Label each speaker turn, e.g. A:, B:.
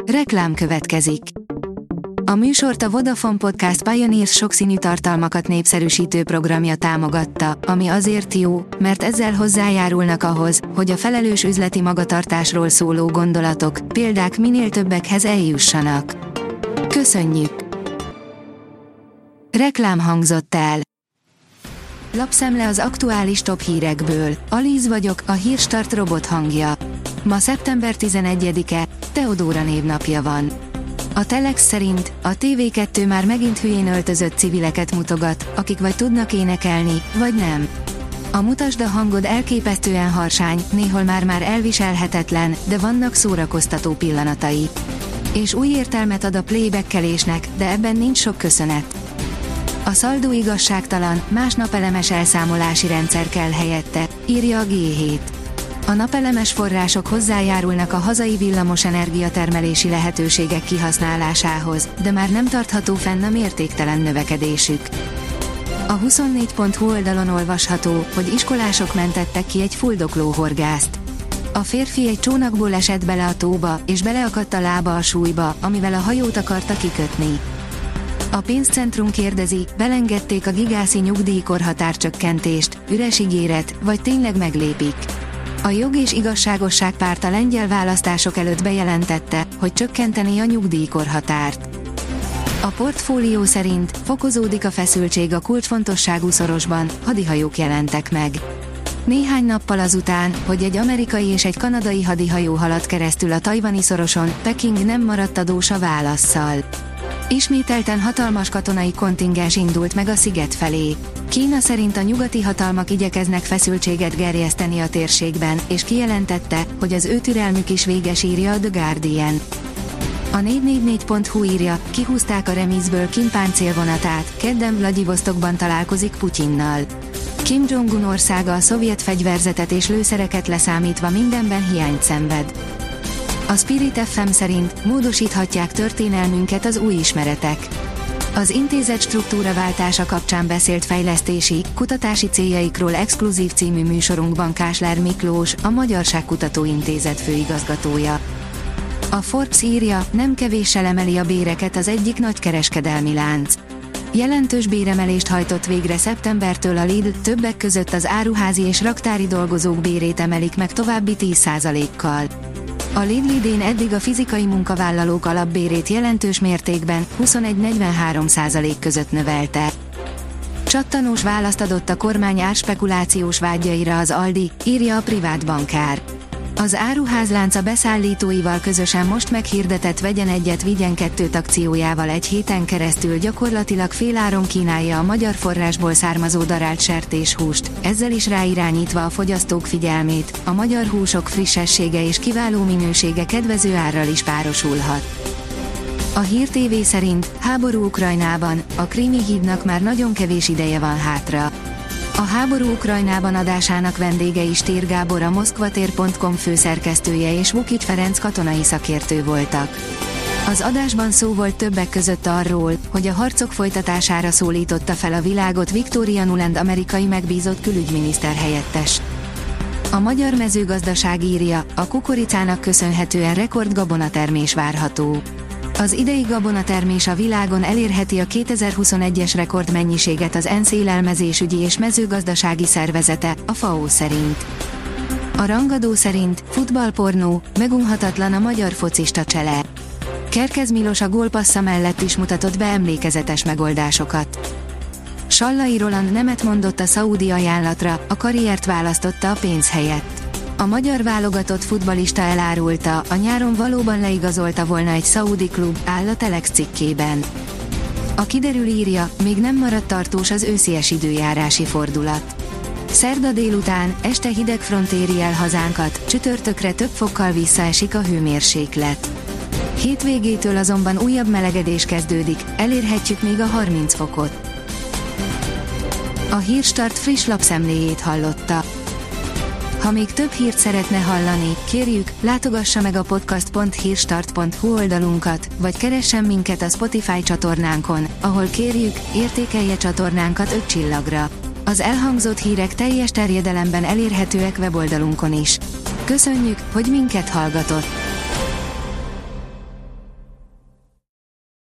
A: Reklám következik. A műsort a Vodafone Podcast Pioneers sokszínű tartalmakat népszerűsítő programja támogatta, ami azért jó, mert ezzel hozzájárulnak ahhoz, hogy a felelős üzleti magatartásról szóló gondolatok, példák minél többekhez eljussanak. Köszönjük! Reklám hangzott el. Lapszemle az aktuális top hírekből. Alíz vagyok, a Hírstart robot hangja. Ma szeptember 11-e, Teodóra névnapja van. A Telex szerint a TV2 már megint hülyén öltözött civileket mutogat, akik vagy tudnak énekelni, vagy nem. A Mutasd a hangod elképesztően harsány, néhol már elviselhetetlen, de vannak szórakoztató pillanatai. És új értelmet ad a playbackelésnek, de ebben nincs sok köszönet. A szaldó igazságtalan, más napelemes elszámolási rendszer kell helyette, írja a G7. A napelemes források hozzájárulnak a hazai villamos energiatermelési lehetőségek kihasználásához, de már nem tartható fenn a mértéktelen növekedésük. A 24.hu oldalon olvasható, hogy iskolások mentettek ki egy fuldokló horgászt. A férfi egy csónakból esett bele a tóba, és beleakadt a lába a súlyba, amivel a hajót akarta kikötni. A pénzcentrum kérdezi, belengedték a gigászi nyugdíjkorhatárcsökkentést, üres ígéret, vagy tényleg meglépik. A Jog és Igazságosság Párt a lengyel választások előtt bejelentette, hogy csökkenteni a nyugdíjkorhatárt. A Portfólió szerint fokozódik a feszültség a kulcsfontosságú szorosban, hadihajók jelentek meg. Néhány nappal azután, hogy egy amerikai és egy kanadai hadihajó haladt keresztül a tajvani szoroson, Peking nem maradt adós a válasszal. Ismételten hatalmas katonai kontingens indult meg a sziget felé. Kína szerint a nyugati hatalmak igyekeznek feszültséget gerjeszteni a térségben, és kijelentette, hogy az ő türelmük is véges, írja a The Guardian. A 444.hu írja, kihúzták a remízből Kim páncélvonatát, kedden Vladivostokban találkozik Putyinnal. Kim Jong-un országa a szovjet fegyverzetet és lőszereket leszámítva mindenben hiányt szenved. A Spirit FM szerint módosíthatják történelmünket az új ismeretek. Az intézet struktúraváltása kapcsán beszélt fejlesztési, kutatási céljaikról exkluzív című műsorunkban Kásler Miklós, a Magyarságkutató Intézet főigazgatója. A Forbes írja, nem kevéssel emeli a béreket az egyik nagykereskedelmi lánc. Jelentős béremelést hajtott végre szeptembertől a Lidl, többek között az áruházi és raktári dolgozók bérét emelik meg további 10%-kal. A Lidl idén eddig a fizikai munkavállalók alapbérét jelentős mértékben, 21-43% között növelte. Csattanós választ adott a kormány árspekulációs vágyaira az Aldi, írja a privát bankár. Az áruházlánc a beszállítóival közösen most meghirdetett vegyen egyet, vigyen kettőt akciójával egy héten keresztül gyakorlatilag féláron kínálja a magyar forrásból származó darált sertéshúst, ezzel is ráirányítva a fogyasztók figyelmét, a magyar húsok frissessége és kiváló minősége kedvező árral is párosulhat. A Hír TV szerint háború Ukrajnában, a Krími hídnak már nagyon kevés ideje van hátra. A háború Ukrajnában adásának vendége is Styr Gábor, a moszkvatér.com főszerkesztője és Vukic Ferenc katonai szakértő voltak. Az adásban szó volt többek között arról, hogy a harcok folytatására szólította fel a világot Victoria Nuland amerikai megbízott külügyminiszter helyettes. A Magyar Mezőgazdaság írja, a kukoricának köszönhetően rekord gabonatermés várható. Az idei gabonatermés a világon elérheti a 2021-es rekordmennyiséget az ENSZ élelmezésügyi és mezőgazdasági szervezete, a FAO szerint. A rangadó szerint futballpornó, megunhatatlan a magyar focista csele. Kerkez Milos a gólpassza mellett is mutatott be emlékezetes megoldásokat. Sallai Roland nemet mondott a szaúdi ajánlatra, a karriert választotta a pénz helyett. A magyar válogatott futballista elárulta, a nyáron valóban leigazolta volna egy szaúdi klub, áll a Telex cikkében. A Kiderül írja, még nem maradt tartós az őszies időjárási fordulat. Szerda délután, este hideg front éri el hazánkat, csütörtökre több fokkal visszaesik a hőmérséklet. Hétvégétől azonban újabb melegedés kezdődik, elérhetjük még a 30 fokot. A Hírstart friss lapszemléjét hallotta. Ha még több hírt szeretne hallani, kérjük, látogassa meg a podcast.hírstart.hu oldalunkat, vagy keressen minket a Spotify csatornánkon, ahol kérjük, értékelje csatornánkat 5 csillagra. Az elhangzott hírek teljes terjedelemben elérhetőek weboldalunkon is. Köszönjük, hogy minket hallgatott!